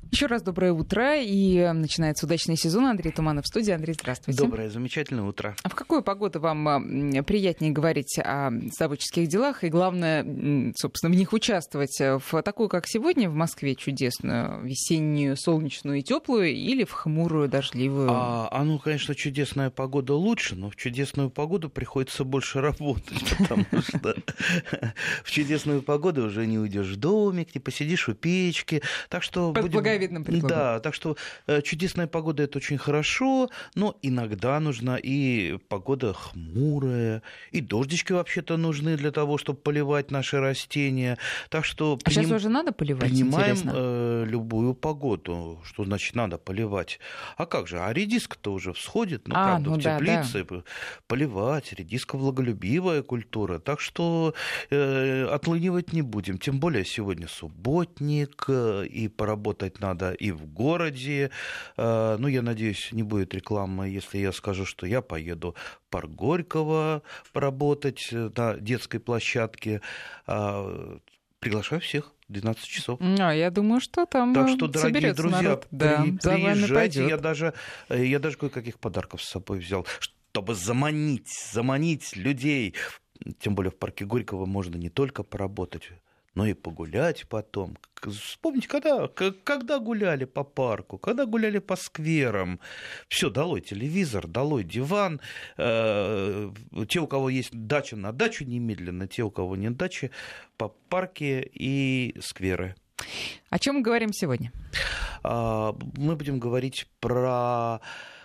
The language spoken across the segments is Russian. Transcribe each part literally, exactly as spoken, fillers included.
Еще раз доброе утро. И начинается удачный сезон. Андрей Туманов в студии. Андрей, здравствуйте. Доброе, замечательное утро. А в какую погоду вам приятнее говорить о заводческих делах и, главное, собственно, в них участвовать? В такую, как сегодня, в Москве, чудесную, весеннюю, солнечную и теплую, или в хмурую, дождливую? А, а ну, конечно, чудесная погода лучше, но в чудесную погоду приходится больше работать, потому что в чудесную погоду уже не уйдешь в домик, не посидишь у печки. Так что будем... Да, так что э, чудесная погода — это очень хорошо, но иногда нужна и погода хмурая, и дождички вообще-то нужны для того, чтобы поливать наши растения. Так что а приним... сейчас уже надо поливать, принимаем интересно? Э, любую погоду. Что значит надо поливать? А как же? А редиска-то уже всходит, ну, а, правда, ну, в да, теплице. Да. Поливать. Редиска влаголюбивая культура. Так что э, отлынивать не будем. Тем более сегодня субботник, э, и поработать надо надо и в городе. Ну, я надеюсь, не будет рекламы, если я скажу, что я поеду в парк Горького поработать на детской площадке. Приглашаю всех. двенадцать часов. А, я думаю, что там так что, дорогие друзья, народ. Да, при, приезжайте. Я даже, я даже кое-каких подарков с собой взял, чтобы заманить, заманить людей. Тем более в парке Горького можно не только поработать, но и погулять потом. Вспомните, когда, когда гуляли по парку, когда гуляли по скверам. Все, долой телевизор, долой диван. Те, у кого есть дача, на дачу немедленно. Те, у кого нет дачи, по парке и скверы. О чем мы говорим сегодня? Мы будем говорить про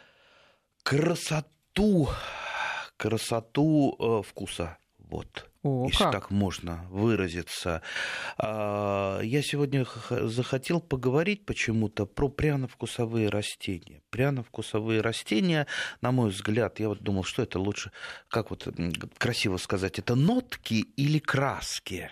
красоту, красоту вкуса. Вот. О, если как? так можно выразиться. Я сегодня захотел поговорить почему-то про пряно-вкусовые растения. Пряно-вкусовые растения, на мой взгляд, я вот думал, что это лучше, как вот красиво сказать, это нотки или краски?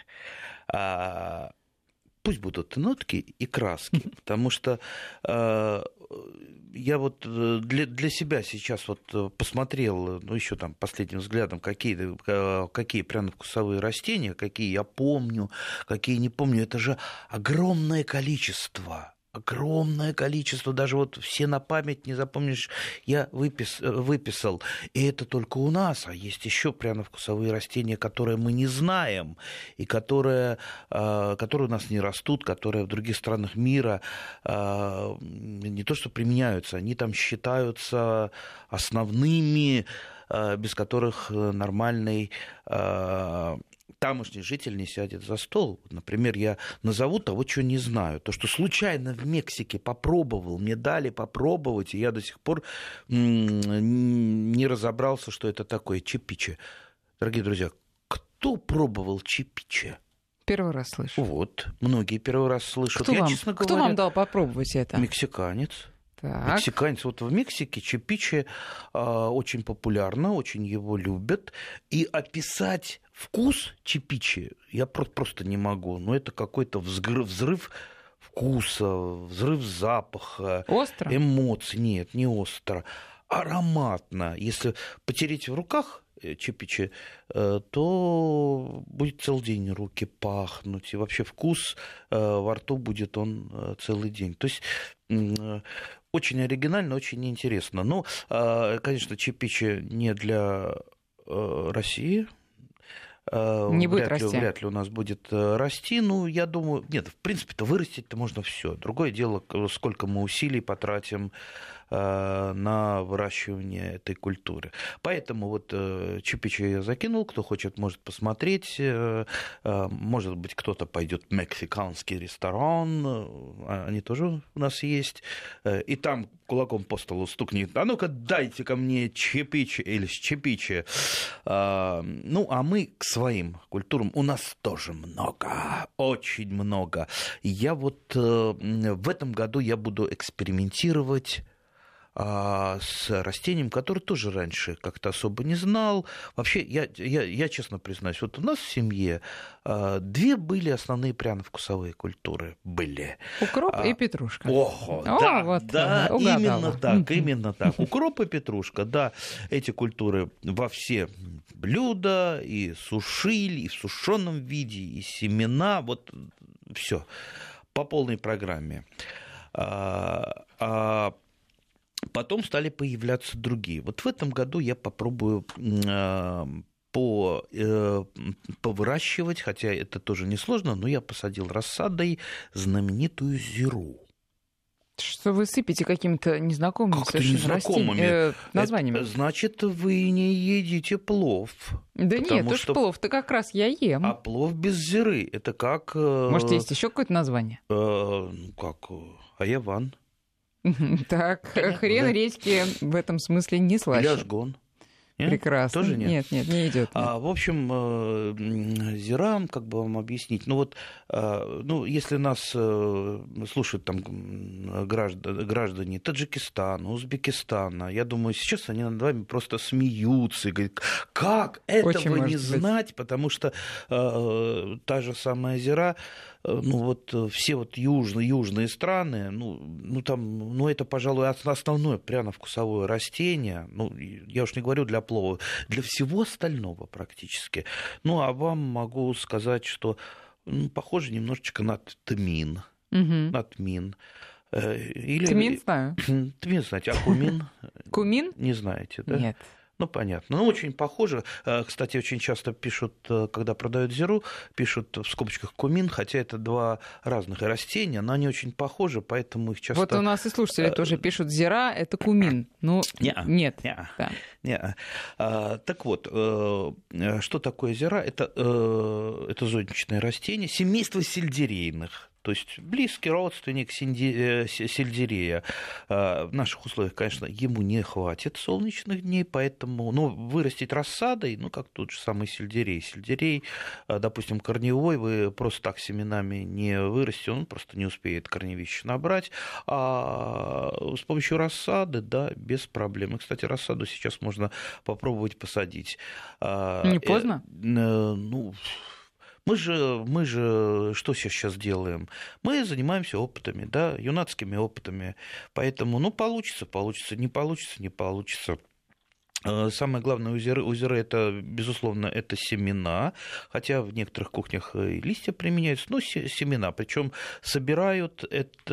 Пусть будут нотки и краски, потому что э, я вот для, для себя сейчас вот посмотрел, ну, еще там последним взглядом, какие, какие пряно-вкусовые растения, какие я помню, какие не помню. Это же огромное количество. Огромное количество, даже вот все на память не запомнишь, я выпис, выписал. И это только у нас, а есть еще пряно-вкусовые растения, которые мы не знаем, и которые, которые у нас не растут, которые в других странах мира не то что применяются, они там считаются основными, без которых нормальный тамошний житель не сядет за стол. Например, я назову того, чего не знаю. То, что случайно в Мексике попробовал, мне дали попробовать, и я до сих пор не разобрался, что это такое чепиче. Дорогие друзья, кто пробовал чепиче? Первый раз слышу. Вот, многие первый раз слышат. Кто, я, вам, честно кто говоря, вам дал попробовать это? Мексиканец. Так. Мексиканец. Вот в Мексике чепиче э, очень популярно, очень его любят. И описать вкус чепиче я просто не могу. Но это какой-то взрыв, взрыв вкуса, взрыв запаха. Остро? Эмоций. Нет, не остро. Ароматно. Если потереть в руках чепиче, то будет целый день руки пахнуть. И вообще вкус во рту будет он целый день. То есть очень оригинально, очень интересно. Но, конечно, чепиче не для России. Не будет вряд ли, расти. Вряд ли у нас будет расти. Ну, я думаю... Нет, в принципе-то вырастить-то можно все. Другое дело, сколько мы усилий потратим на выращивание этой культуры. Поэтому вот чепиче я закинул. Кто хочет, может посмотреть. Может быть, кто-то пойдет в мексиканский ресторан. Они тоже у нас есть. И там кулаком по столу стукнет. А ну-ка, дайте ко мне чепиче или чепиче. Ну, а мы к своим культурам. У нас тоже много. Очень много. Я вот в этом году я буду экспериментировать с растением, которое тоже раньше как-то особо не знал. Вообще, я, я, я честно признаюсь, вот у нас в семье две были основные пряно-вкусовые культуры. Были. Укроп а, и петрушка. Ох, О, да, вот, да, угадала. именно так, именно так. Укроп и петрушка, да, эти культуры во все блюда и сушили, и в сушеном виде, и семена, вот все по полной программе. А, а потом стали появляться другие. Вот в этом году я попробую по, э, повыращивать, хотя это тоже несложно, но я посадил рассадой знаменитую зиру. Что вы сыпете какими-то незнакомыми Как-то незнакомыми. Э, названиями? Это, значит, вы не едите плов. Да нет, уж что... плов-то как раз я ем. А плов без зиры, это как... Э, Может, есть еще какое-то название? Э, ну, как аяван. Так, хрен редьки в этом смысле не слаще. Или ажгон. Нет? Прекрасно. Тоже нет? Нет, нет, не идет. А, в общем, зира, как бы вам объяснить, ну вот, ну, если нас слушают там граждане, граждане Таджикистана, Узбекистана, я думаю, сейчас они над вами просто смеются и говорят, как этого не знать, потому что э, та же самая зира, ну вот все вот южные, южные страны, ну, ну там, ну это, пожалуй, основное пряно-вкусовое растение, ну, я уж не говорю для плова, для всего остального практически. Ну, а вам могу сказать, что ну, похоже немножечко на тмин. Угу. На тмин. Или... Тмин знаю. Тмин знаете, а кумин? Кумин? Не знаете, да? Нет. Ну, понятно. Ну, очень похоже. Кстати, очень часто пишут, когда продают зиру, пишут в скобочках кумин, хотя это два разных растения, но они очень похожи, поэтому их часто... Вот у нас и слушатели тоже пишут, зира – это кумин. Ну, Не-а. нет. Не-а. Да. Не-а. А, так вот, что такое зира? Это, это зонтичное растение, семейство сельдерейных. То есть близкий родственник сельдерея. В наших условиях, конечно, ему не хватит солнечных дней, поэтому ну, вырастить рассадой, ну, как тот же самый сельдерей. Сельдерей, допустим, корневой, вы просто так семенами не вырастите, он просто не успеет корневище набрать. А с помощью рассады, да, без проблем. И, кстати, рассаду сейчас можно попробовать посадить. Не поздно? Ну... Мы же, мы же что сейчас делаем? Мы занимаемся опытами, да, юнацкими опытами. Поэтому, ну, получится, получится, не получится, не получится. Самое главное у зиры, у зиры это, безусловно, это семена, хотя в некоторых кухнях и листья применяются, но семена. Причем собирают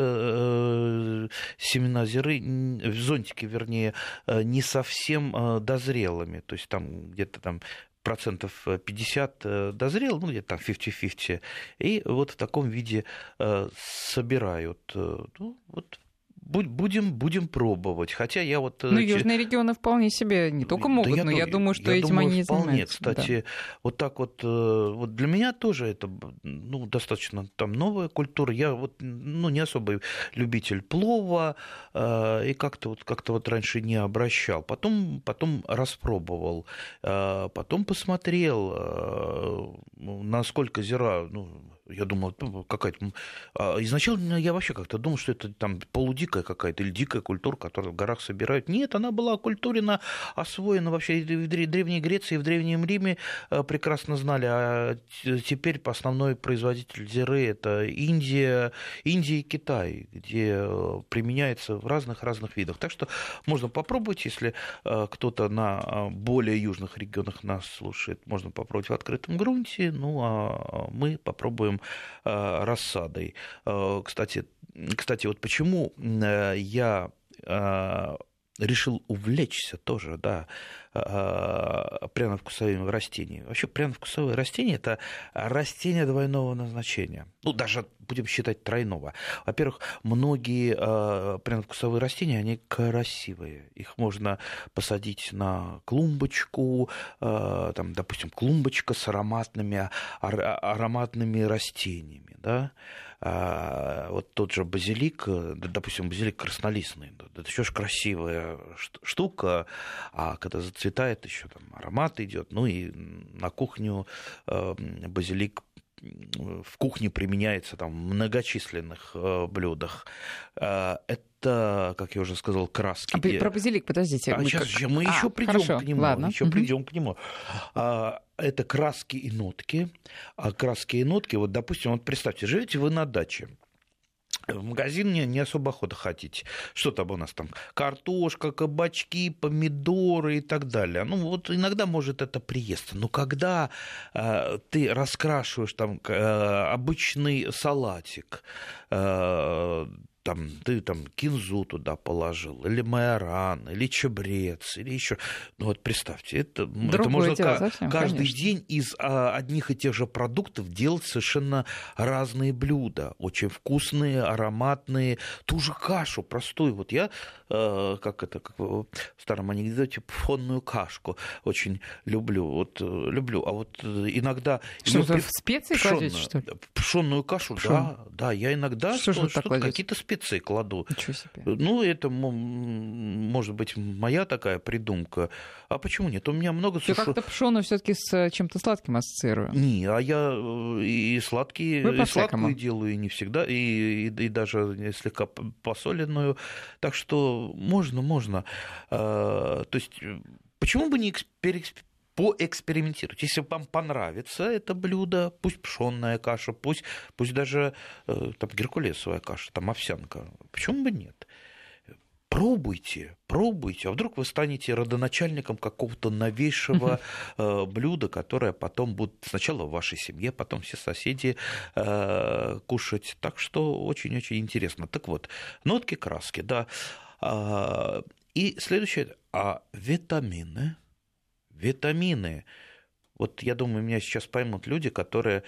это семена зиры в зонтике, вернее, не совсем дозрелыми, то есть там где-то там процентов пятьдесят дозрел, ну, где-то там пятьдесят на пятьдесят, и вот в таком виде собирают. Ну, вот будем, будем пробовать. Хотя я вот... Ну, южные регионы вполне себе не только могут, да, но я, я думаю, что я этим думаю, они и занимаются. Кстати, да. вот так вот, вот для меня тоже это ну, достаточно там новая культура. Я вот ну, не особый любитель плова и как-то вот, как-то вот раньше не обращал. Потом, потом распробовал, потом посмотрел, насколько зира... Ну, я думал, какая-то... Изначально я вообще как-то думал, что это там полудикая какая-то или дикая культура, которую в горах собирают. Нет, она была оккультурена, освоена вообще и в Древней Греции, и в Древнем Риме прекрасно знали. А теперь основной производитель зиры – это Индия, Индия и Китай, где применяется в разных-разных видах. Так что можно попробовать, если кто-то на более южных регионах нас слушает, можно попробовать в открытом грунте, ну а мы попробуем рассадой. Кстати, кстати, вот почему я решил увлечься тоже, да, пряно-вкусовыми растениями. Вообще пряно-вкусовые растения – это растения двойного назначения. Ну, даже будем считать тройного. Во-первых, многие пряно-вкусовые растения, они красивые. Их можно посадить на клумбочку, там, допустим, клумбочка с ароматными, ароматными растениями, да. Вот тот же базилик, допустим, базилик краснолистный, это еще ж красивая штука, а когда зацветает, еще там аромат идет, ну и на кухню базилик в кухне применяется там, в многочисленных блюдах. Это, как я уже сказал, краски. А про базилик, подождите. А сейчас как... мы а, еще придем хорошо, к нему. Ладно. Еще угу. придем к нему. Это краски и нотки. А краски и нотки, вот, допустим, вот представьте, живете вы на даче. В магазин не, не особо охота хотите. Что там у нас там? Картошка, кабачки, помидоры и так далее. Ну, вот иногда может это приесться. Но когда э, ты раскрашиваешь там э, обычный салатик, э, там, ты там кинзу туда положил, или майоран, или чабрец, или еще. Ну вот представьте, это, это можно дело, к- совсем, каждый конечно. день из а, одних и тех же продуктов делать совершенно разные блюда, очень вкусные, ароматные, ту же кашу простую. Вот я, э, как это, как в старом анекдоте, пфонную кашку очень люблю. Вот, люблю. А вот иногда... Что-то при... в специи кладете, что ли? Пшенную кашу, Пшённую. да, да. Я иногда Что что, же вы так что-то, кладете? какие-то специи кладу. Ничего себе. Ну, это, может быть, моя такая придумка. А почему нет? У меня много... Я суш... как-то пшёную все-таки с чем-то сладким ассоциирую. Не, а я и сладкие, Вы и сладкую делаю, и не всегда, и, и, и даже слегка посоленную. Так что можно, можно. А, то есть, почему бы не экспер... поэкспериментировать? Если вам понравится это блюдо, пусть пшённая каша, пусть, пусть даже там геркулесовая каша, там овсянка, почему бы нет? Пробуйте, пробуйте, а вдруг вы станете родоначальником какого-то новейшего э, блюда, которое потом будет сначала в вашей семье, потом все соседи э, кушать. Так что очень-очень интересно. Так вот, нотки краски, да. А, и следующее, а витамины, витамины. Вот я думаю, меня сейчас поймут люди, которые,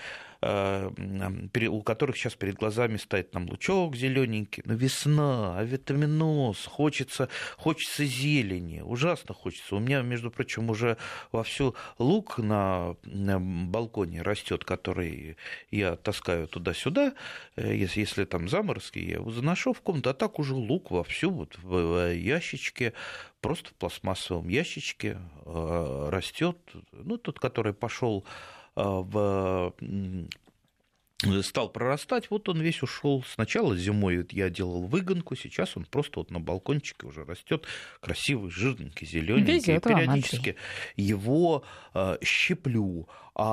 у которых сейчас перед глазами стоит там лучок зелененький, но весна, а витаминоз, хочется, хочется зелени, ужасно хочется. У меня, между прочим, уже вовсю лук на, на балконе растет, который я таскаю туда-сюда, если, если там заморозки, я его заношу в комнату, а так уже лук вовсю вот в ящичке, просто в пластмассовом ящичке растет, ну, тот, который пошел в... стал прорастать, вот он весь ушел. Сначала зимой я делал выгонку, сейчас он просто вот на балкончике уже растет, красивый, жирненький, зелененький. Периодически его щиплю.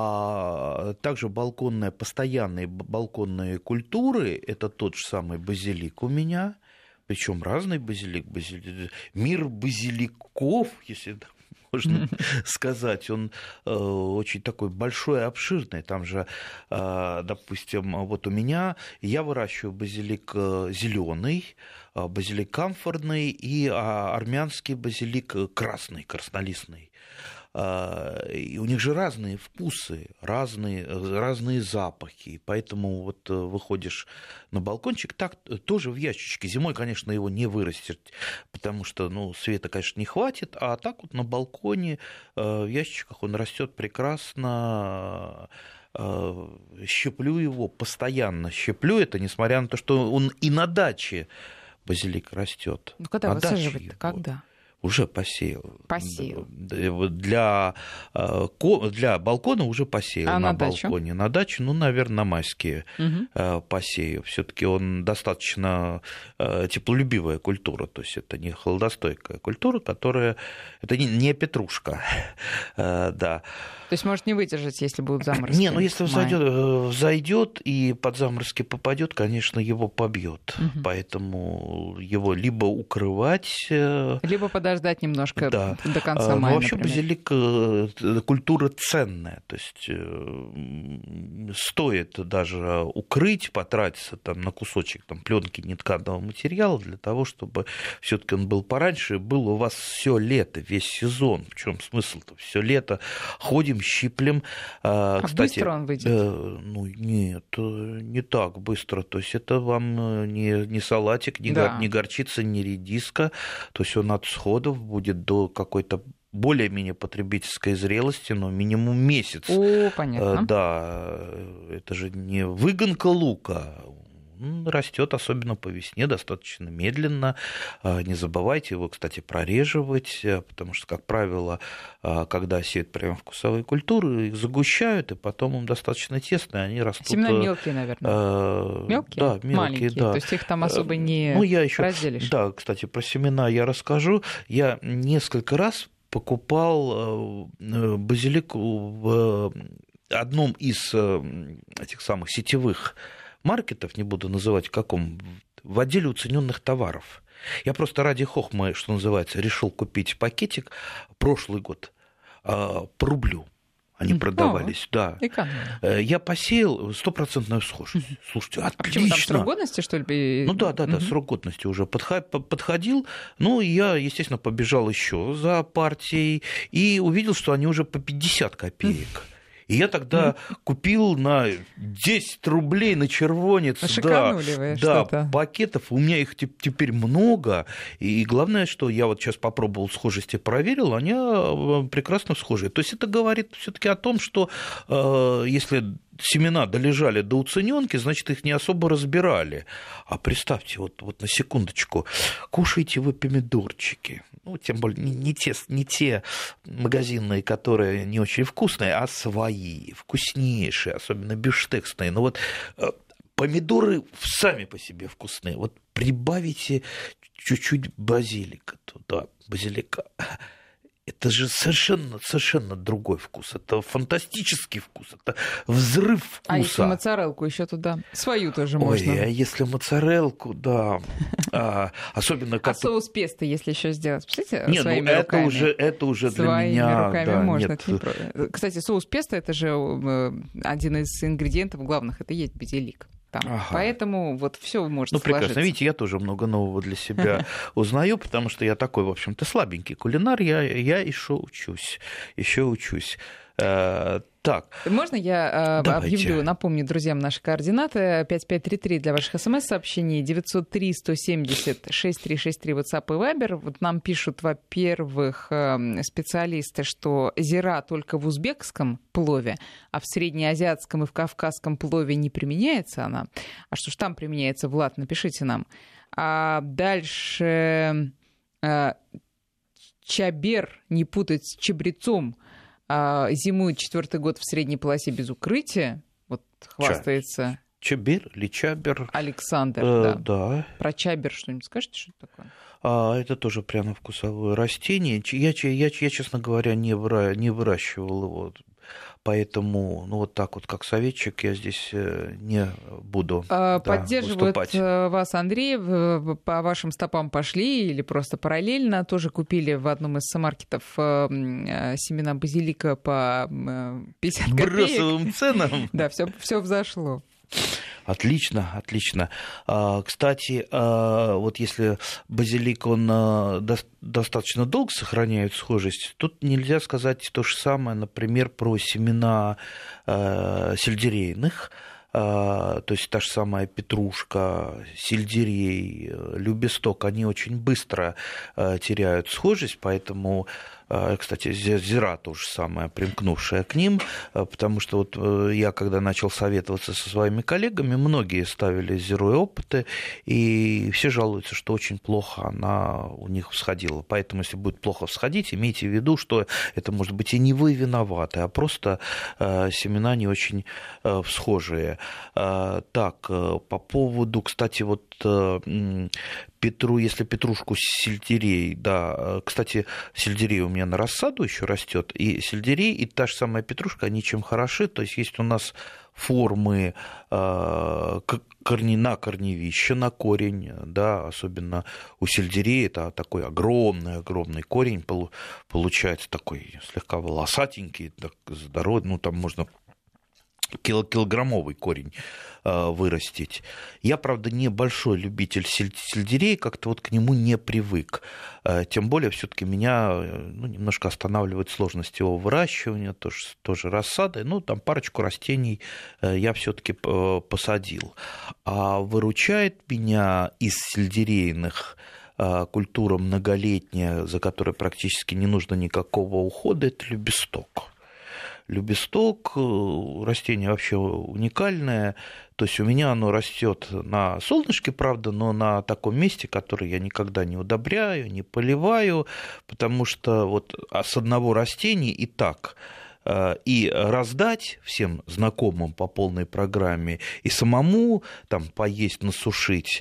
А также балконные, постоянные балконные культуры, это тот же самый базилик у меня, причем разный базилик, базилик, мир базиликов, если можно сказать, он э, очень такой большой, обширный. Там же, э, допустим, вот у меня я выращиваю базилик зеленый, базилик камфорный и армянский базилик красный, краснолистный. И у них же разные вкусы, разные, разные запахи. Поэтому вот выходишь на балкончик, так тоже в ящичке. Зимой, конечно, его не вырастет, потому что ну, света, конечно, не хватит. А так вот на балконе в ящичках он растет прекрасно. Щеплю его, постоянно щеплю это, несмотря на то, что он и на даче базилик растет. Ну, когда высаживать-то? Когда? Уже посеял. Посеял. Для, для балкона уже посеял. А на, на балконе. Дачу? На даче, ну, наверное, на майские угу. посею. Все-таки он достаточно теплолюбивая культура. То есть это не холодостойкая культура, которая... Это не петрушка. Да. То есть может не выдержать, если будут заморозки? Не, ну если взойдет, взойдет и под заморозки попадет, конечно, его побьет. Угу. Поэтому его либо укрывать... Либо подождать немножко да. до конца мая, ну, вообще например. базилик культура ценная. То есть стоит даже укрыть, потратиться там, на кусочек там, пленки нетканого материала для того, чтобы все-таки он был пораньше, был у вас все лето, весь сезон. В чем смысл-то? Все лето ходим, щиплем. А Кстати, быстро он выйдет? Э, ну, нет, не так быстро. То есть это вам не, не салатик, не, да. гор, не горчица, не редиска. То есть он от всходов будет до какой-то более-менее потребительской зрелости, но минимум месяц. О, понятно. Да, это же не выгонка лука. Растет, особенно по весне, достаточно медленно. Не забывайте его, кстати, прореживать, потому что, как правило, когда сеют прямо вкусовые культуры, их загущают, и потом им достаточно тесно, и они растут... Семена мелкие, наверное. Мелкие? Да, мелкие, маленькие, да. То есть их там особо не ну, я еще... разделишь? Да, кстати, про семена я расскажу. Я несколько раз покупал базилик в одном из этих самых сетевых маркетов, не буду называть в каком, в отделе уцененных товаров. Я просто ради хохмы, что называется, решил купить пакетик прошлый год по рублю. Они продавались, О, да. Экономно. Я посеял стопроцентную схожесть. Слушайте, отлично. А почему, там срок годности, что ли? Ну да, да, да, угу. Срок годности уже подходил. Ну, я, естественно, побежал еще за партией и увидел, что они уже по пятьдесят копеек. И я тогда купил на десять рублей на червонец да, да, пакетов. У меня их теперь много. И главное, что я вот сейчас попробовал схожести, проверил, они прекрасно схожи. То есть это говорит все-таки о том, что э, если семена долежали до уцененки, значит, их не особо разбирали. А представьте, вот, вот на секундочку, кушаете вы помидорчики, ну, тем более не, не, те, не те магазинные, которые не очень вкусные, а свои, вкуснейшие, особенно бифштексные. Но вот помидоры сами по себе вкусные. Вот прибавите чуть-чуть базилика туда, базилика. Это же совершенно, совершенно другой вкус. Это фантастический вкус, это взрыв вкуса. А если моцарелку еще туда? Свою тоже можно. Ой, а если моцарелку, да. А, особенно как... а соус песто, если еще сделать, представляете, Нет, своими ну, это руками? Уже, это уже для своими меня... Своими руками да, можно. Нет. Это не... Кстати, соус песто, это же один из ингредиентов главных, это и есть базилик. Там. Ага. Поэтому вот все может ну, сложиться. Ну, прекрасно. Видите, я тоже много нового для себя узнаю, потому что я такой, в общем-то, слабенький кулинар, я, я еще учусь, еще учусь. Так. Можно я Давайте. объявлю, напомню друзьям наши координаты. пять пять три три для ваших смс-сообщений, девятьсот три сто семьдесят шесть три шесть три WhatsApp и Viber. Вот нам пишут, во-первых, специалисты, что зира только в узбекском плове, а в среднеазиатском и в кавказском плове не применяется она. А что ж там применяется, Влад, напишите нам. А дальше чабер, не путать с чабрецом, зимует четвертый год в средней полосе без укрытия. Вот хвастается. Чабер или чабер? Александр, э, да. да. Про чабер что-нибудь скажете, что это такое? А, это тоже пряно-вкусовое растение. Я, я, я, я, честно говоря, не, выра... не выращивал его. Поэтому, ну, вот так вот, как советчик, я здесь не буду а, да, поддерживает выступать. Вас Андрей, по вашим стопам пошли или просто параллельно. Тоже купили в одном из маркетов семена базилика по пятьдесят копеек. Бросовым ценам. Да, все взошло. Отлично, отлично. Кстати, вот если базилик, он достаточно долго сохраняет схожесть, тут нельзя сказать то же самое, например, про семена сельдерейных. То есть та же самая петрушка, сельдерей, любесток, они очень быстро теряют схожесть, поэтому... Кстати, зира то же самое, примкнувшая к ним, потому что вот я, когда начал советоваться со своими коллегами, многие ставили зиру и опыты, и все жалуются, что очень плохо она у них всходила. Поэтому, если будет плохо всходить, имейте в виду, что это, может быть, и не вы виноваты, а просто семена не очень всхожие. Так, по поводу, кстати, вот... Петру, если петрушку сельдерей, да, кстати, сельдерей у меня на рассаду еще растет, и сельдерей, и та же самая петрушка, они чем хороши, то есть есть у нас формы э, корни, на корневище, на корень, да, особенно у сельдерея это такой огромный-огромный корень, получается такой слегка волосатенький, так, здоровый, ну там можно... килограммовый корень вырастить. Я, правда, не большой любитель сельдерея, как-то вот к нему не привык. Тем более, все-таки меня ну, немножко останавливают сложности его выращивания, тоже, тоже рассады. Ну, там парочку растений я все-таки посадил. А выручает меня из сельдерейных культура многолетняя, за которой практически не нужно никакого ухода, это любесток. Любесток, растение вообще уникальное, то есть у меня оно растет на солнышке, правда, но на таком месте, которое я никогда не удобряю, не поливаю, потому что вот с одного растения и так и раздать всем знакомым по полной программе, и самому там поесть, насушить,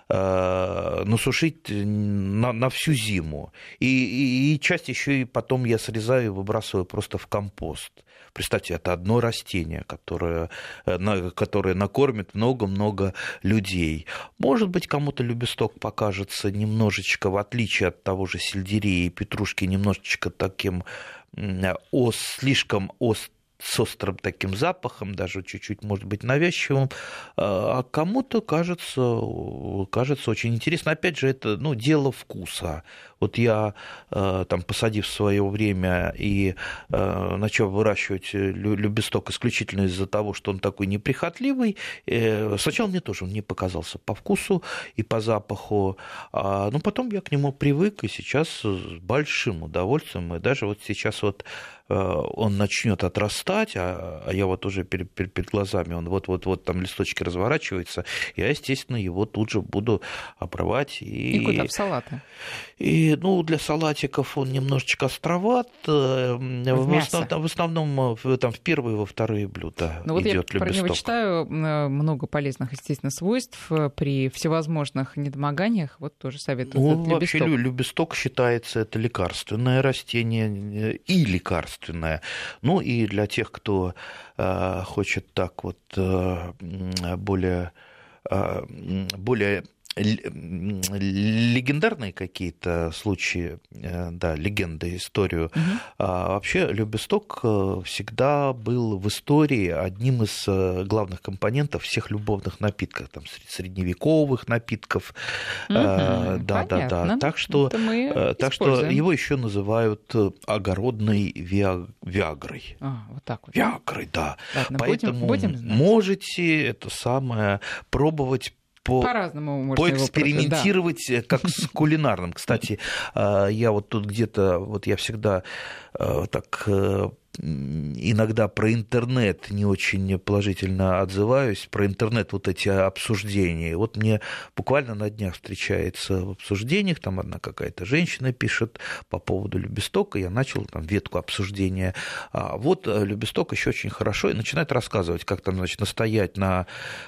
насушить на, на всю зиму. И, и, и часть еще и потом я срезаю и выбрасываю просто в компост. Представьте, это одно растение, которое, которое накормит много-много людей. Может быть, кому-то любесток покажется немножечко, в отличие от того же сельдерея и петрушки, немножечко таким ос, слишком острым, с острым таким запахом, даже чуть-чуть, может быть, навязчивым, а кому-то кажется, кажется очень интересно. Опять же, это, ну, дело вкуса. Вот я, там, посадив в свое время и начал выращивать любесток исключительно из-за того, что он такой неприхотливый, сначала мне тоже он не показался по вкусу и по запаху, но потом я к нему привык, и сейчас с большим удовольствием, и даже вот сейчас вот он начнет отрастать, а, а я вот уже перед, перед, перед глазами, он вот-вот-вот там листочки разворачиваются, я, естественно, его тут же буду обрывать. И, и куда? В салаты? И, ну, для салатиков он немножечко островат. В, в, основном, в основном там, в первые и во вторые блюда ну, вот идет я любесток. Про него читаю много полезных, естественно, свойств при всевозможных недомоганиях. Вот тоже советую. Ну, вообще любесток считается это лекарственное растение и лекарство. Ну и для тех, кто э, хочет так вот э, более, э, более легендарные какие-то случаи, да, легенды, историю. Угу. А вообще любесток всегда был в истории одним из главных компонентов всех любовных напитков, там, средневековых напитков. Угу. А, да, да, да. Так что, так что его еще называют огородной виагрой. А, вот так вот. Виагрой, да. Ладно, поэтому будем, будем можете это самое пробовать. По, По-разному поэкспериментировать, да. Как с кулинарным. Кстати, я вот тут где-то, вот я всегда так иногда про интернет не очень положительно отзываюсь, про интернет вот эти обсуждения. Вот мне буквально на днях встречается в обсуждениях, там одна какая-то женщина пишет по поводу любестока, я начал там ветку обсуждения. А вот любесток еще очень хорошо, и начинает рассказывать, как там, значит, настоять на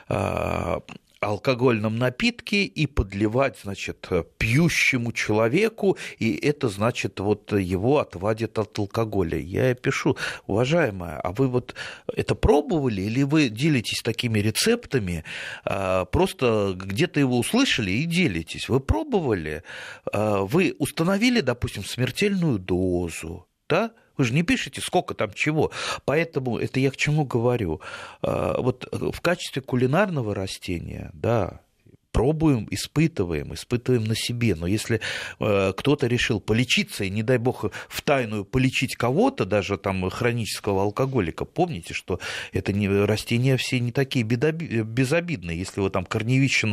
алкогольном напитке и подливать, значит, пьющему человеку, и это, значит, вот его отвадит от алкоголя. Я пишу: уважаемая, а вы вот это пробовали, или вы делитесь такими рецептами, просто где-то его услышали и делитесь? Вы пробовали? Вы установили, допустим, смертельную дозу, да? Вы же не пишете, сколько там чего. Поэтому это я к чему говорю. Вот в качестве кулинарного растения, да, пробуем, испытываем, испытываем на себе. Но если кто-то решил полечиться, и, не дай бог, в тайную полечить кого-то, даже там хронического алкоголика, помните, что это не, растения все не такие безобидные. Если вы там корневище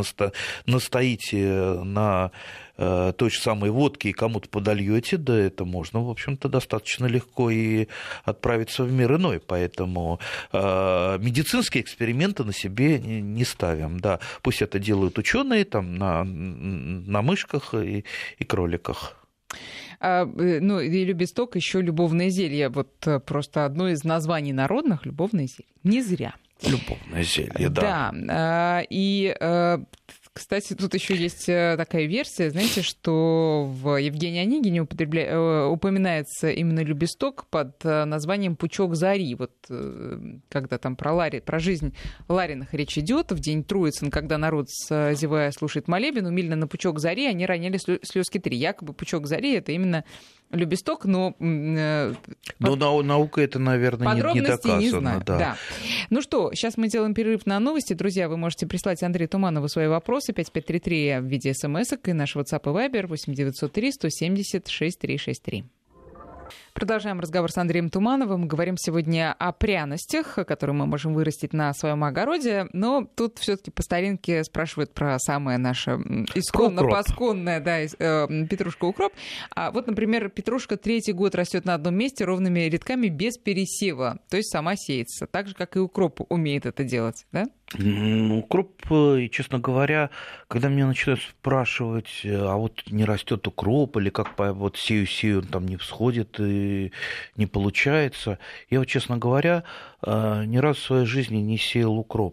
настоите на той же самой водки и кому-то подольете, да, это можно, в общем-то, достаточно легко и отправиться в мир иной. Поэтому э, медицинские эксперименты на себе не, не ставим. Да. Пусть это делают ученые там, на, на мышках и, и кроликах. А, ну, и любесток, еще любовное зелье. Вот просто одно из названий народных — любовное зелье. Не зря. Любовное зелье, да. Да. И кстати, тут еще есть такая версия, знаете, что в Евгении Онегине употребля... упоминается именно любесток под названием «Пучок зари». Вот когда там про, Ларри... про жизнь Лариных речь идет, в день Троицын, когда народ, зевая, слушает молебен, умильно на пучок зари они роняли слезки три. Якобы пучок зари — это именно любесток, но... Э, но под... наука это, наверное, не, не доказано. Не знаю, да. Да. Ну что, сейчас мы делаем перерыв на новости. Друзья, вы можете прислать Андрею Туманову свои вопросы пять пять три три в виде смс-ок и наш WhatsApp и Viber восемь девятьсот три сто семьдесят шесть триста шестьдесят три. Продолжаем разговор с Андреем Тумановым. Говорим сегодня о пряностях, которые мы можем вырастить на своем огороде. Но тут все-таки по старинке спрашивают про самое наше исконно-посконное, да, петрушка-укроп. А вот, например, петрушка третий год растет на одном месте ровными рядками без пересева, то есть сама сеется, так же, как и укроп умеет это делать, да? Укроп, честно говоря, когда меня начинают спрашивать, а вот не растет укроп, или как вот сею-сею, он там не всходит и не получается, я вот, честно говоря, ни разу в своей жизни не сеял укропа.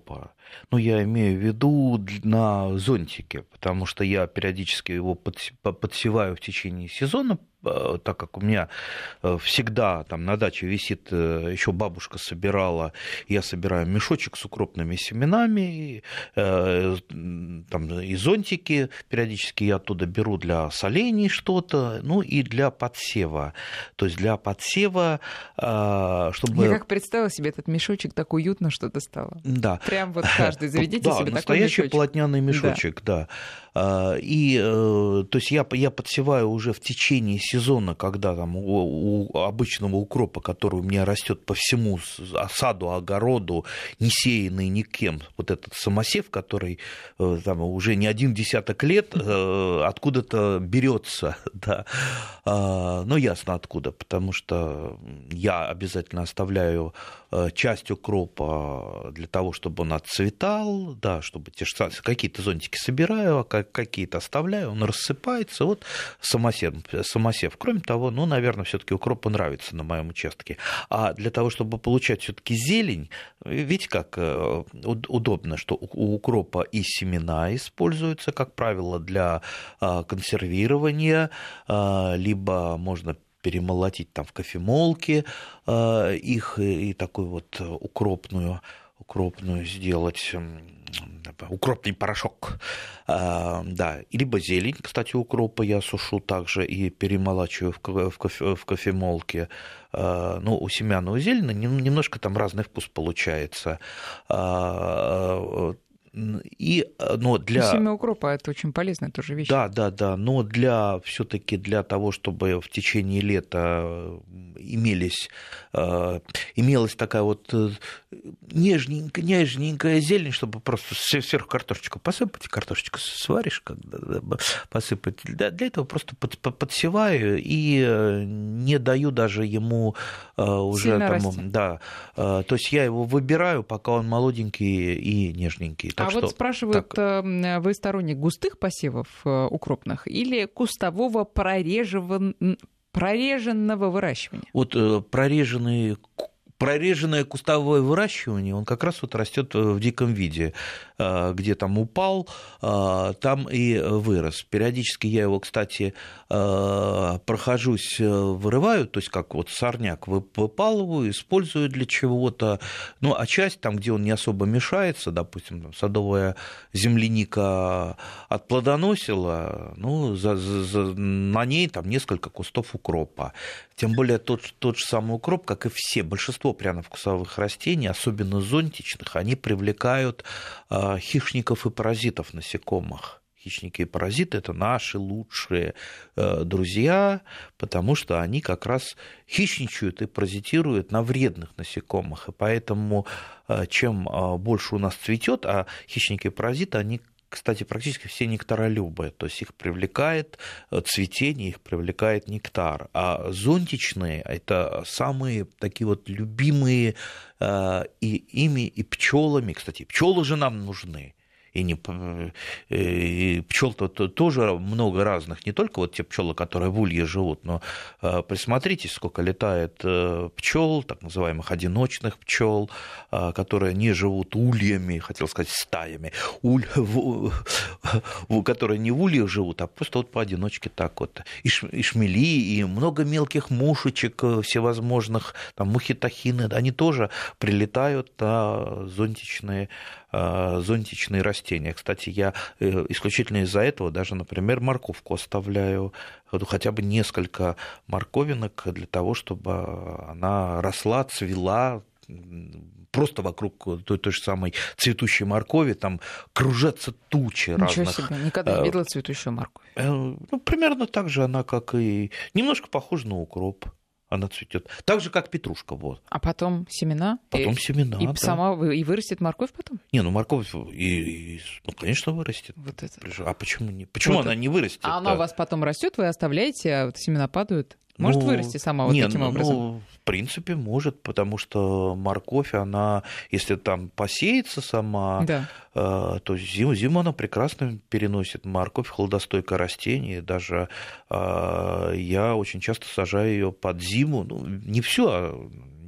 Ну, я имею в виду на зонтике, потому что я периодически его подсеваю в течение сезона, так как у меня всегда там на даче висит, еще бабушка собирала, я собираю мешочек с укропными семенами, там и зонтики периодически я оттуда беру для солений что-то, ну и для подсева. То есть для подсева, чтобы... Я как представила себе этот мешочек, так уютно что-то стало. Да. Прям вот каждый заведите да, себе такой мешочек. настоящий полотняный мешочек, да. да. И, то есть я, я подсеваю уже в течение сезона, когда там у, у обычного укропа, который у меня растет по всему саду, огороду, не сеянный никем, вот этот самосев, который там уже не один десяток лет откуда-то берется, да. Ну, ясно откуда, потому что я обязательно оставляю часть укропа для того, чтобы он отцветал, да, чтобы те же какие-то зонтики собираю, а какие-то оставляю, он рассыпается, вот самосев, самосев. Кроме того, ну, наверное, все-таки укропу нравится на моем участке. А для того, чтобы получать все-таки зелень, видите, как удобно, что у укропа и семена используются, как правило, для консервирования, либо можно перемолотить там в кофемолке их и такую вот укропную, укропную сделать, укропный порошок, да, либо зелень, кстати, укропа я сушу также и перемолачиваю в, кофе, в кофемолке. Ну, у семян и у зелени немножко там разный вкус получается. И, но для... Семя укропа – это очень полезная тоже вещь. Да, да, да, но для, все-таки для того, чтобы в течение лета имелись, имелась такая вот нежненькая, нежненькая зелень, чтобы просто сверху картошечку посыпать, картошечку сваришь, когда посыпать. Для этого просто подсеваю и не даю даже ему уже там, да, то есть я его выбираю, пока он молоденький и нежненький. Так а что, вот спрашивают, так... вы сторонник густых посевов укропных или кустового прореживан... прореженного выращивания? Вот прореженные... Прореженное кустовое выращивание, он как раз вот растет в диком виде, где там упал, там и вырос. Периодически я его, кстати, прохожусь, вырываю, то есть как вот сорняк выпалываю, использую для чего-то, ну, а часть там, где он не особо мешается, допустим, там, садовая земляника отплодоносила, ну, за, за, на ней там несколько кустов укропа. Тем более тот, тот же самый укроп, как и все, большинство пряно-вкусовых растений, особенно зонтичных, они привлекают э, хищников и паразитов насекомых. Хищники и паразиты – это наши лучшие э, друзья, потому что они как раз хищничают и паразитируют на вредных насекомых. И поэтому э, чем э, больше у нас цветет, а хищники и паразиты, они, кстати, практически все нектаролюбы, то есть их привлекает цветение, их привлекает нектар. А зонтичные – это самые такие вот любимые и ими, и пчелами. Кстати, пчелы же нам нужны. И, не, и пчел-то тоже много разных, не только вот те пчелы, которые в улье живут, но присмотритесь, сколько летает пчел, так называемых одиночных пчел, которые не живут ульями, хотел сказать стаями, уль, в, в, которые не в ульях живут, а просто вот поодиночке так вот. И, ш, и шмели, и много мелких мушечек всевозможных, там мухи-тахины, они тоже прилетают на зонтичные зонтичные растения. Кстати, я исключительно из-за этого даже, например, морковку оставляю, хотя бы несколько морковинок для того, чтобы она росла, цвела, просто вокруг той, той же самой цветущей моркови там кружатся тучи Ничего разных. Себе, никогда не видела цветущую морковь. Ну, примерно так же она, как и... Немножко похожа на укроп. Она цветет. Так же, как петрушка. Вот. А потом семена? Потом и, семена, И да. сама и вырастет морковь потом? Не, ну морковь, и, и, ну, конечно, вырастет. Вот это. А почему, не, почему вот она это. не вырастет? А она у вас потом растет, вы оставляете, а вот семена падают? Может ну, вырасти сама вот не, таким ну, образом? Ну, в принципе, может, потому что морковь, она, если там посеется сама, да. э, то зиму, зиму она прекрасно переносит. Морковь холодостойкое растение, даже э, я очень часто сажаю ее под зиму, ну, не все, а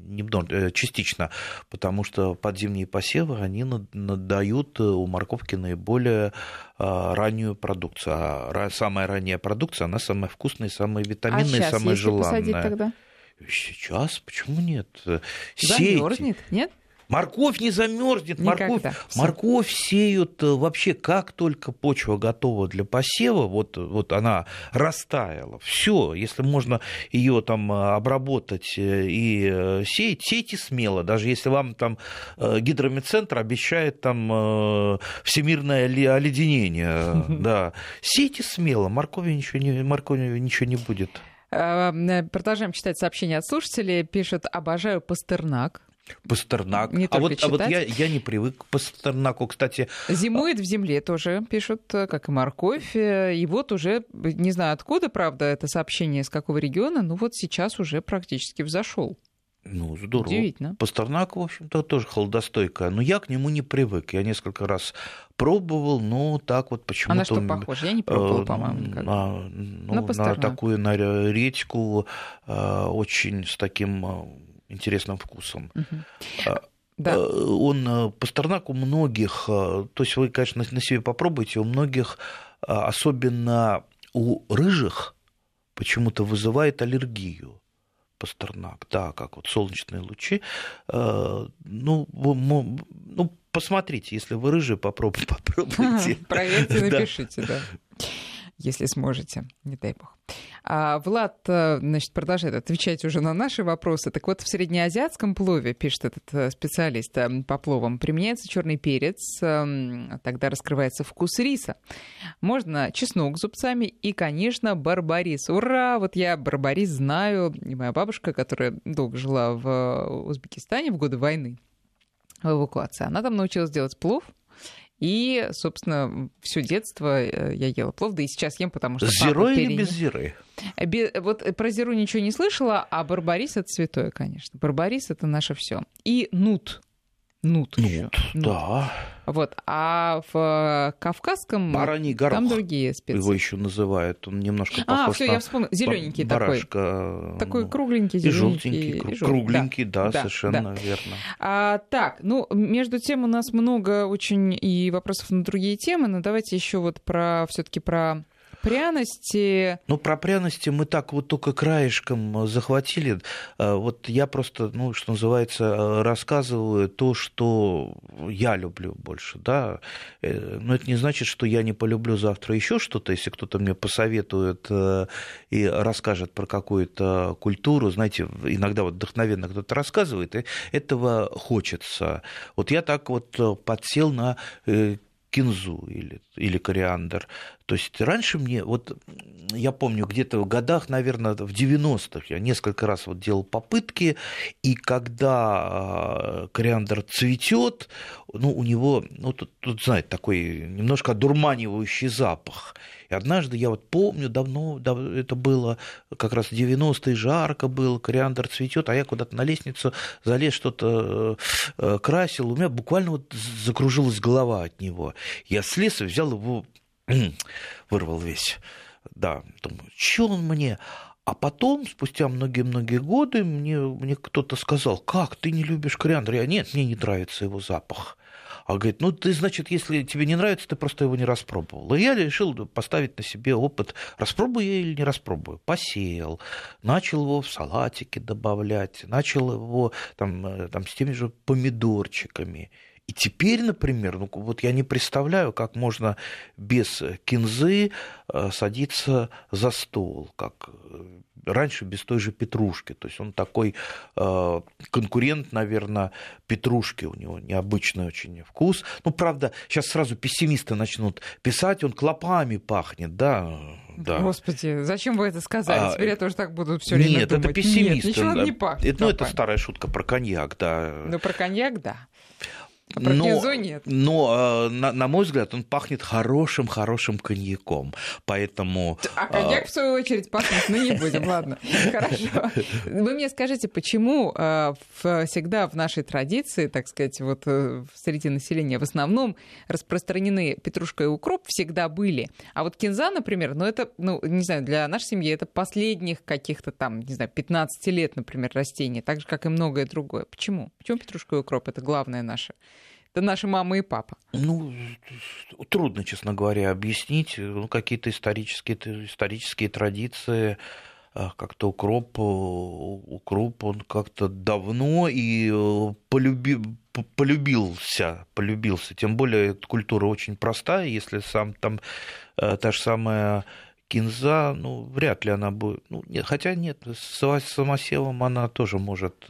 немного, частично, потому что подзимние посевы, они дают у морковки наиболее раннюю продукцию. А самая ранняя продукция, она самая вкусная, самая витаминная, а самая желанная. А сейчас, если посадить тогда? Сейчас? Почему нет? Замерзнет, нет? Морковь не замерзнет, морковь, морковь сеют вообще как только почва готова для посева, вот, вот она растаяла, все, если можно ее там обработать и сеять, сейте смело, даже если вам там гидромедцентр обещает там всемирное оледенение, да, сейте смело, моркови ничего не, моркови ничего не будет. Продолжаем читать сообщения от слушателей, пишет: обожаю Пастернак. Пастернак. Не а, вот, а вот я, я не привык к Пастернаку, кстати. Зимует в земле тоже, пишут, как и морковь. И вот уже, не знаю откуда, правда, это сообщение, с какого региона, но вот сейчас уже практически взошел. Ну, здорово. Удивительно. Пастернак, в общем-то, тоже холодостойкая, но я к нему не привык. Я несколько раз пробовал, но так вот почему-то... А на что похож? Я не пробовала, по-моему, никогда. На, ну, на, на такую, на редьку, очень с таким... интересным вкусом. Uh-huh. Да. Он, Пастернак у многих, то есть вы, конечно, на себе попробуйте, у многих, особенно у рыжих, почему-то вызывает аллергию. Пастернак, да, как вот солнечные лучи. Ну, ну посмотрите, если вы рыжие, попробуйте. попробуйте. Проверьте, напишите, да. Если сможете, не дай бог. А Влад, значит, продолжает отвечать уже на наши вопросы. Так вот, в среднеазиатском плове, пишет этот специалист по пловам, применяется черный перец, тогда раскрывается вкус риса. Можно чеснок с зубцами и, конечно, барбарис. Ура! Вот я барбарис знаю, и моя бабушка, которая долго жила в Узбекистане в годы войны, в эвакуации, она там научилась делать плов. И, собственно, все детство я ела плов, да и сейчас ем, потому что... С зирой или без зиры? Вот про зиру ничего не слышала, а барбарис — это святое, конечно. Барбарис — это наше все. И нут. Нут, нут, ещё. Нут, да. Вот. А в кавказском бараний горох, там другие специи. Его еще называют. Он немножко похож а, всё, на... я вспомнила. Зелененький барашка, такой. Такой кругленький, зелененький. И желтенький, и кругленький, да, да, да совершенно да. верно. А, так, ну, между тем у нас много очень и вопросов на другие темы, но давайте еще вот про все-таки про... пряности. Ну, про пряности мы так вот только краешком захватили. Вот я просто, ну, что называется, рассказываю то, что я люблю больше, да. Но это не значит, что я не полюблю завтра еще что-то, если кто-то мне посоветует и расскажет про какую-то культуру. Знаете, иногда вот вдохновенно кто-то рассказывает, и этого хочется. Вот я так вот подсел на кинзу или, или кориандр. То есть раньше мне, вот я помню, где-то в годах, наверное, в девяностых я несколько раз вот делал попытки, и когда кориандр цветет, ну, у него, ну, тут, тут, знаете, такой немножко одурманивающий запах. И однажды, я вот помню, давно, давно это было как раз в девяностые, жарко было, кориандр цветет, а я куда-то на лестницу залез, что-то красил, у меня буквально вот закружилась голова от него. Я слез и взял его, вырвал весь. Да, думаю, что он мне? А потом, спустя многие-многие годы, мне, мне кто-то сказал: как, ты не любишь кориандр? Я: нет, мне не нравится его запах. А говорит: ну ты, значит, если тебе не нравится, ты просто его не распробовал. И я решил поставить на себе опыт, распробую я или не распробую. Посеял, начал его в салатики добавлять, начал его там, там, с теми же помидорчиками. И теперь, например, ну, вот я не представляю, как можно без кинзы садиться за стол, как раньше без той же петрушки. То есть он такой э, конкурент, наверное, петрушки, у него необычный очень вкус. Ну, правда, сейчас сразу пессимисты начнут писать, он клопами пахнет, да. Да. Господи, зачем вы это сказали? А, Теперь я тоже так буду все время нет, думать. Это пессимисты. Нет, ничего не пахнет. Это, ну, это старая шутка про коньяк, да. Ну, про коньяк, да. А про кинзу нет. Но, на, на мой взгляд, он пахнет хорошим-хорошим коньяком. Поэтому... А коньяк, в свою очередь, пахнет, ну не будем, ладно. Хорошо. Вы мне скажите, почему всегда в нашей традиции, так сказать, вот среди населения в основном распространены петрушка и укроп, всегда были. А вот кинза, например, ну это, ну, не знаю, для нашей семьи это последних каких-то там, не знаю, пятнадцати лет, например, растение, так же, как и многое другое. Почему? Почему петрушка и укроп? Это главное наше. Это наши мама и папа. Ну, трудно, честно говоря, объяснить. Ну, какие-то исторические, исторические традиции, как-то укроп, укроп, он как-то давно и полюби, полюбился, полюбился. Тем более, эта культура очень простая. Если сам там та же самая кинза, ну, вряд ли она будет... Ну, нет, хотя нет, с самосевом она тоже может...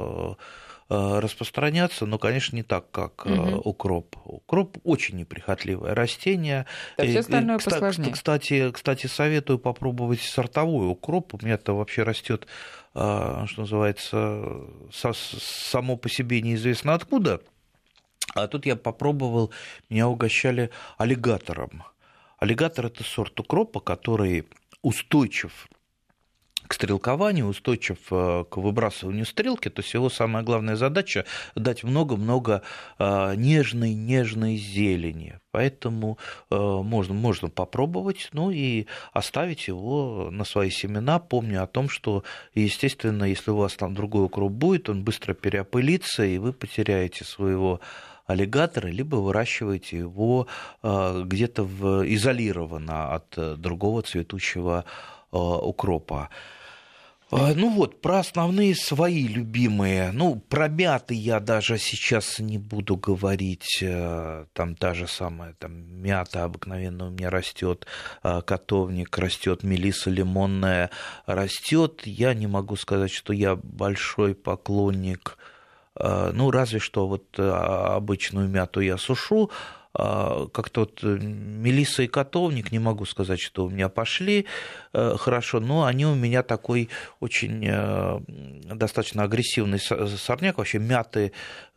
распространяться, но, конечно, не так, как угу. укроп. Укроп очень неприхотливое растение. Да, все остальное посложнее. Кстати, кстати, советую попробовать сортовой укроп. У меня это вообще растет, что называется, само по себе неизвестно откуда. А тут я попробовал, меня угощали аллигатором. Аллигатор – это сорт укропа, который устойчив к стрелкованию, устойчив к выбрасыванию стрелки, то есть его самая главная задача – дать много-много нежной-нежной зелени. Поэтому можно, можно попробовать, ну и оставить его на свои семена, помня о том, что, естественно, если у вас там другой укроп будет, он быстро переопылится, и вы потеряете своего аллигатора, либо выращиваете его где-то в, изолированно от другого цветущего укропа. Ну вот, про основные свои любимые. Ну, про мяты я даже сейчас не буду говорить. Там та же самая там, мята обыкновенно у меня растет, котовник растет, мелисса лимонная растет. Я не могу сказать, что я большой поклонник. Ну, разве что вот обычную мяту я сушу. Как-то вот мелисса и котовник, не могу сказать, что у меня пошли хорошо, но они у меня такой очень достаточно агрессивный сорняк. Вообще мяты,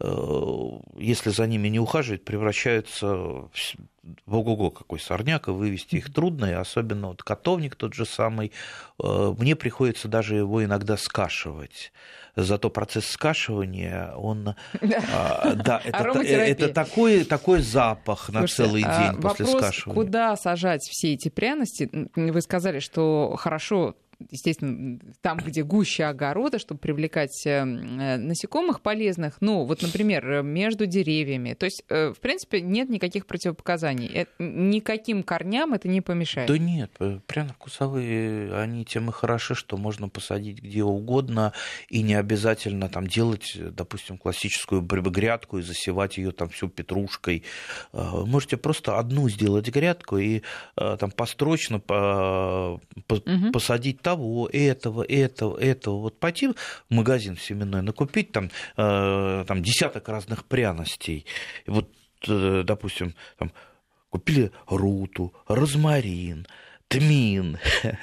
если за ними не ухаживать, превращаются в ого-го какой сорняк, и вывести их трудно, и особенно вот котовник тот же самый, мне приходится даже его иногда скашивать. Зато процесс скашивания, он... Да, да это, это такой, такой запах. Слушайте, на целый день после вопрос, скашивания. Куда сажать все эти пряности? Вы сказали, что хорошо, естественно, там, где гуще огорода, чтобы привлекать насекомых полезных, ну, вот, например, между деревьями. То есть, в принципе, нет никаких противопоказаний. Никаким корням это не помешает. Да нет, пряно-вкусовые, они тем и хороши, что можно посадить где угодно, и не обязательно там делать, допустим, классическую грядку и засевать ее там всю петрушкой. Можете просто одну сделать грядку и там построчно по, по, угу. посадить там того, этого, этого, этого. Вот пойти в магазин в семенной, накупить там, э, там десяток разных пряностей. И вот, э, допустим, там, купили руту, розмарин, тмин,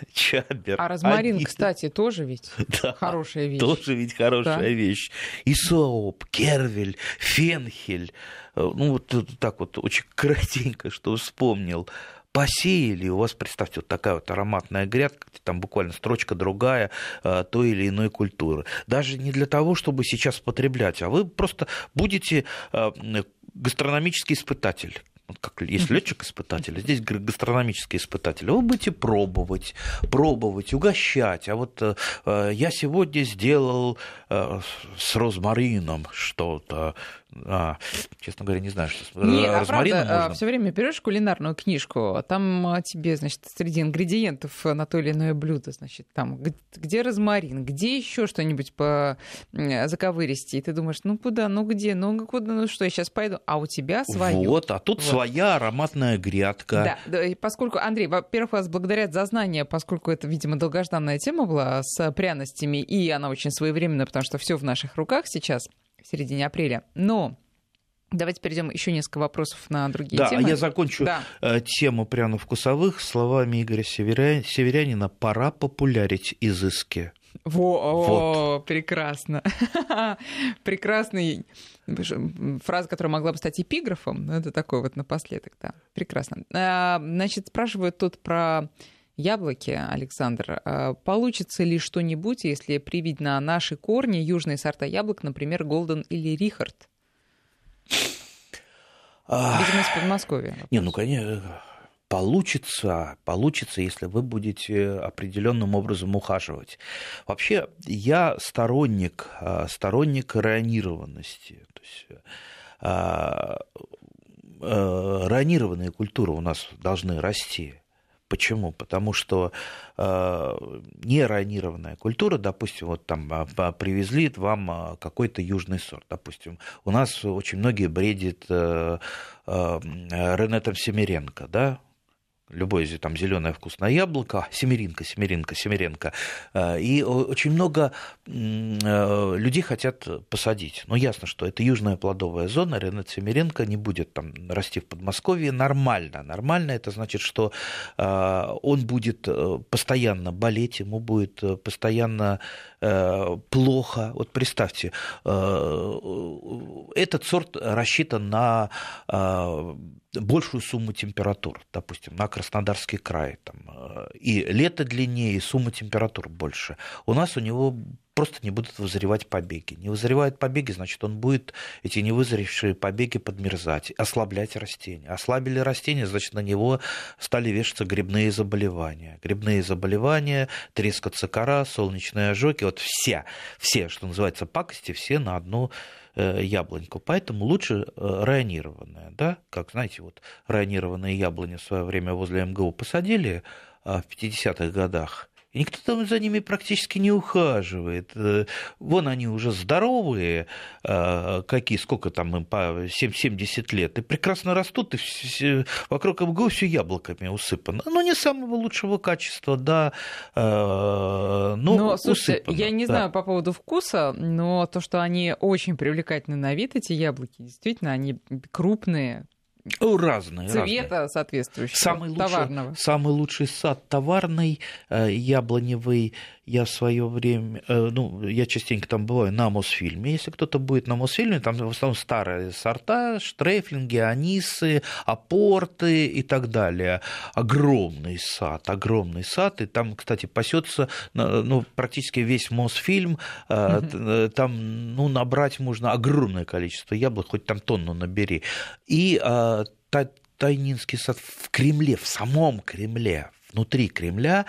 чабер. А розмарин, один. Кстати, тоже ведь да, хорошая вещь. Тоже ведь хорошая да. вещь. Исоп, кервель, фенхель. Ну, вот так вот очень кратенько, что вспомнил. Посеяли, у вас, представьте, вот такая вот ароматная грядка, там буквально строчка другая той или иной культуры. Даже не для того, чтобы сейчас потреблять, а вы просто будете гастрономический испытатель. Как есть летчик-испытатель, здесь гастрономический испытатель. Вы будете пробовать, пробовать, угощать. А вот э, я сегодня сделал э, с розмарином что-то. А, честно говоря, не знаю, что с Нет, розмарином а правда, можно. Все время берешь кулинарную книжку, там тебе, значит, среди ингредиентов на то или иное блюдо, значит, там где розмарин, где еще что-нибудь по заковыристи, и ты думаешь, ну куда, ну где, ну куда, ну что, я сейчас пойду, а у тебя свое. Вот, а тут вот. Своя ароматная грядка. Да, да, и поскольку, Андрей, во-первых, вас благодарят за знания, поскольку это, видимо, долгожданная тема была с пряностями, и она очень своевременная, потому что все в наших руках сейчас, в середине апреля. Но давайте перейдем еще несколько вопросов на другие да, темы. Да, я закончу да. тему пряно-вкусовых словами Игоря Северянина. «Пора популярить изыски». Во, вот. О, прекрасно. Прекрасный фраза, которая могла бы стать эпиграфом. Но это такой вот напоследок, да. Прекрасно. Значит, спрашивают тут про яблоки, Александр. Получится ли что-нибудь, если привить на наши корни южные сорта яблок, например, Голден или Рихард? Видимо, из Подмосковья. Не, ну, конечно, получится, получится, если вы будете определенным образом ухаживать. Вообще, я сторонник, сторонник районированности. То есть, районированные культуры у нас должны расти. Почему? Потому что э, нерайонированная культура, допустим, вот там привезли вам какой-то южный сорт, допустим, у нас очень многие бредят э, э, Ренетом Семеренко, да? Любое там зеленое вкусное яблоко, семеринка, семеринка, семеренко. И очень много людей хотят посадить. Но ясно, что это южная плодовая зона, Ренет Семеренко не будет там расти в Подмосковье. Нормально. Нормально это значит, что он будет постоянно болеть, ему будет постоянно плохо. Вот представьте, этот сорт рассчитан на большую сумму температур, допустим, на Краснодарский край. Там, и лето длиннее, и сумма температур больше. У нас у него просто не будут вызревать побеги. Не вызревают побеги, значит, он будет эти невызревшие побеги подмерзать, ослаблять растения. Ослабили растения, значит, на него стали вешаться грибные заболевания. Грибные заболевания, трескаться кора, солнечные ожоги, вот все, все, что называется, пакости, все на одну яблоньку. Поэтому лучше районированная, да, как, знаете, вот районированные яблони в свое время возле эм гэ у посадили в пятидесятых годах, и никто там за ними практически не ухаживает. Вон они уже здоровые, какие, сколько там им, по семьдесят лет, и прекрасно растут, и все, вокруг эм гэ у все яблоками усыпано. Ну, не самого лучшего качества, да, но, но слушайте, усыпано. Я не да. знаю по поводу вкуса, но то, что они очень привлекательны на вид, эти яблоки, действительно, они крупные, Разные, цвета разные. соответствующего, самый товарного. Лучший, самый лучший сад товарный, яблоневый. Я в свое время, ну, я частенько там бываю на Мосфильме. Если кто-то будет на Мосфильме, там в основном старые сорта, штрейфлинги, анисы, апорты и так далее. Огромный сад, огромный сад. И там, кстати, пасется, ну, практически весь Мосфильм. Mm-hmm. Там, ну, набрать можно огромное количество яблок, хоть там тонну набери. И Тайнинский сад в Кремле, в самом Кремле, внутри Кремля,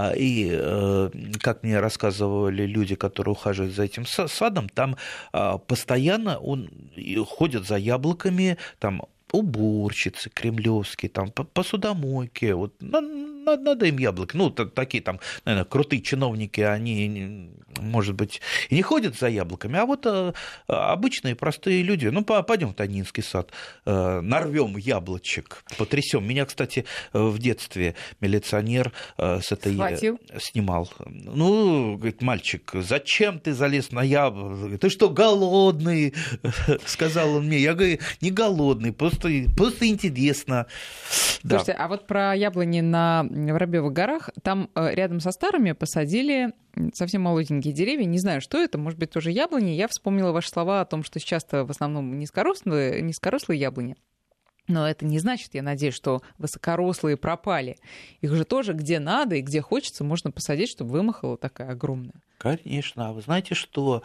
и, как мне рассказывали люди, которые ухаживают за этим садом, там постоянно он, ходят за яблоками, там уборщицы кремлевские, там посудомойки, вот, надо им яблоки. Ну, такие там, наверное, крутые чиновники, они, может быть, и не ходят за яблоками, а вот обычные простые люди. Ну, пойдем в Тайнинский сад, нарвем яблочек, потрясем. Меня, кстати, в детстве милиционер с этой Схватил? Снимал. Ну, говорит, мальчик, зачем ты залез на яблоко? Ты что, голодный? Сказал он мне. Я говорю, не голодный, просто, просто интересно. Слушайте, да. А вот про яблони на Воробьевых горах, там рядом со старыми посадили совсем молоденькие деревья. Не знаю, что это, может быть, тоже яблони. Я вспомнила ваши слова о том, что сейчас-то в основном низкорослые, низкорослые яблони. Но это не значит, я надеюсь, что высокорослые пропали. Их же тоже где надо и где хочется можно посадить, чтобы вымахала такая огромная. Конечно. А вы знаете, что,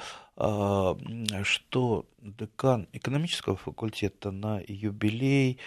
что декан экономического факультета на юбилей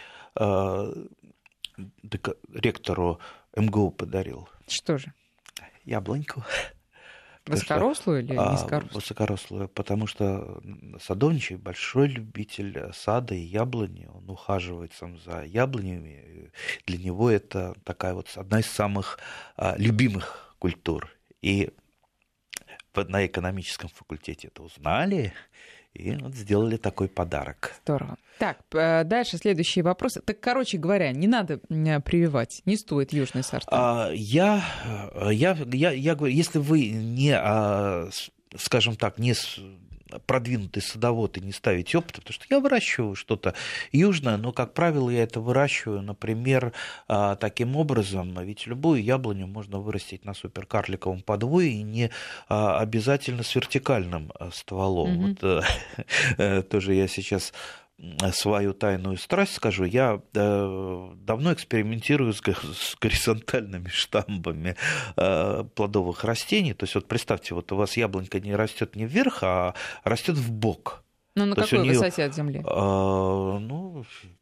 ректору эм гэ у подарил? Что же? Яблоньку. Высокорослую или низкорослую? Высокорослую, потому что садовничий большой любитель сада и яблони, он ухаживает сам за яблонями. Для него это такая вот одна из самых любимых культур. И на экономическом факультете это узнали и вот сделали такой подарок. Здорово. Так, дальше следующие вопросы. Так, короче говоря, не надо прививать, не стоит южные сорта. Я, я, я, я говорю, если вы не, скажем так, не продвинутый садовод и не ставить опыта, потому что я выращиваю что-то южное, но, как правило, я это выращиваю, например, таким образом, ведь любую яблоню можно вырастить на суперкарликовом подвое и не обязательно с вертикальным стволом. Mm-hmm. Вот, тоже я сейчас свою тайную страсть скажу, я давно экспериментирую с горизонтальными штамбами плодовых растений. То есть вот представьте, вот у вас яблонька не растет не вверх, а растет в бок. Ну, на То какой неё, высоте от земли? Ну,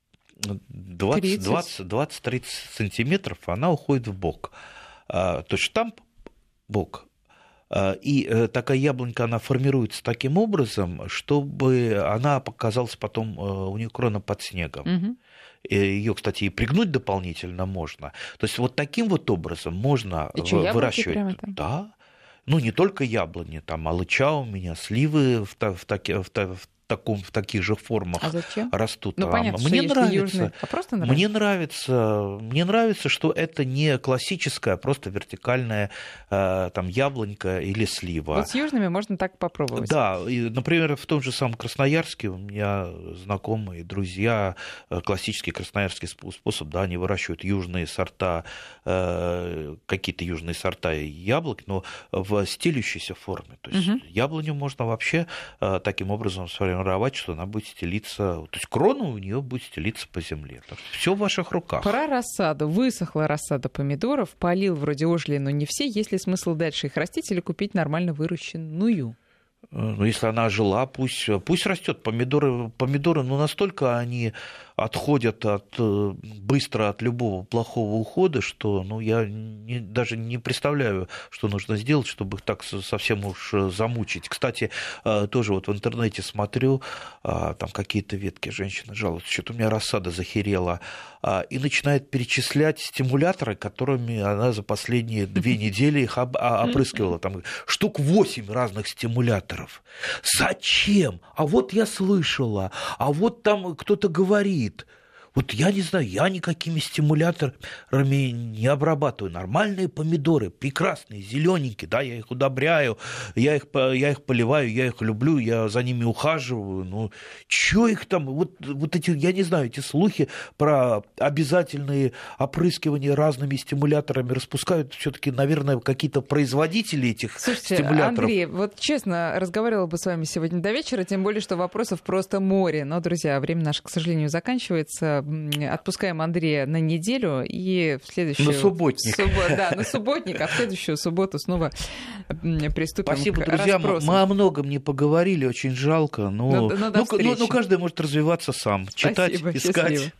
двадцать-тридцать сантиметров она уходит в бок. То есть штамп – бок. И такая яблонька, она формируется таким образом, чтобы она показалась потом у нее крона под снегом. Угу. Ее, кстати, и пригнуть дополнительно можно. То есть вот таким вот образом можно и что, выращивать. Да. Ну, не только яблони, там алыча у меня, сливы в, в, в, в таком, в таких же формах а зачем? растут. Ну, понятно, мне что нравится, южные, а просто нравится. Мне нравится, мне нравится, что это не классическая, а просто вертикальная там яблонька или слива. Вот с южными можно так попробовать. Да, и, например, в том же самом Красноярске у меня знакомые, друзья, классический красноярский способ, да, они выращивают южные сорта, какие-то южные сорта яблок, но в стелющейся форме. То есть угу. яблоню можно вообще таким образом сформировать, что она будет стелиться, то есть крона у нее будет стелиться по земле. Все в ваших руках. Про рассаду. Высохла рассада помидоров, полил вроде ожили, но не все. Есть ли смысл дальше их растить или купить нормально выращенную? Ну, если она жила, пусть, пусть растет. Помидоры, помидоры, ну, настолько они отходят от, быстро от любого плохого ухода, что ну, я не, даже не представляю, что нужно сделать, чтобы их так совсем уж замучить. Кстати, тоже вот в интернете смотрю, там какие-то ветки женщины жалуются, что-то у меня рассада захерела, и начинает перечислять стимуляторы, которыми она за последние две недели их опрыскивала. Там штук восемь разных стимуляторов. Зачем? А вот я слышала, а вот там кто-то говорит. Вот я не знаю, я никакими стимуляторами не обрабатываю. Нормальные помидоры, прекрасные, зелененькие, да, я их удобряю, я их, я их поливаю, я их люблю, я за ними ухаживаю. Ну, чё их там, вот, вот эти, я не знаю, эти слухи про обязательные опрыскивания разными стимуляторами распускают все-таки, наверное, какие-то производители этих Слушайте, стимуляторов. Андрей, вот честно, разговаривала бы с вами сегодня до вечера, тем более, что вопросов просто море. Но, друзья, время наше, к сожалению, заканчивается. Отпускаем Андрея на неделю и в следующую... На субботник. Суббо... Да, на субботник, а в следующую субботу снова приступим Спасибо, к друзья. расспросам. Мы о многом не поговорили, очень жалко, но, но, но, но, но, но каждый может развиваться сам, читать, Спасибо, искать. Счастливо.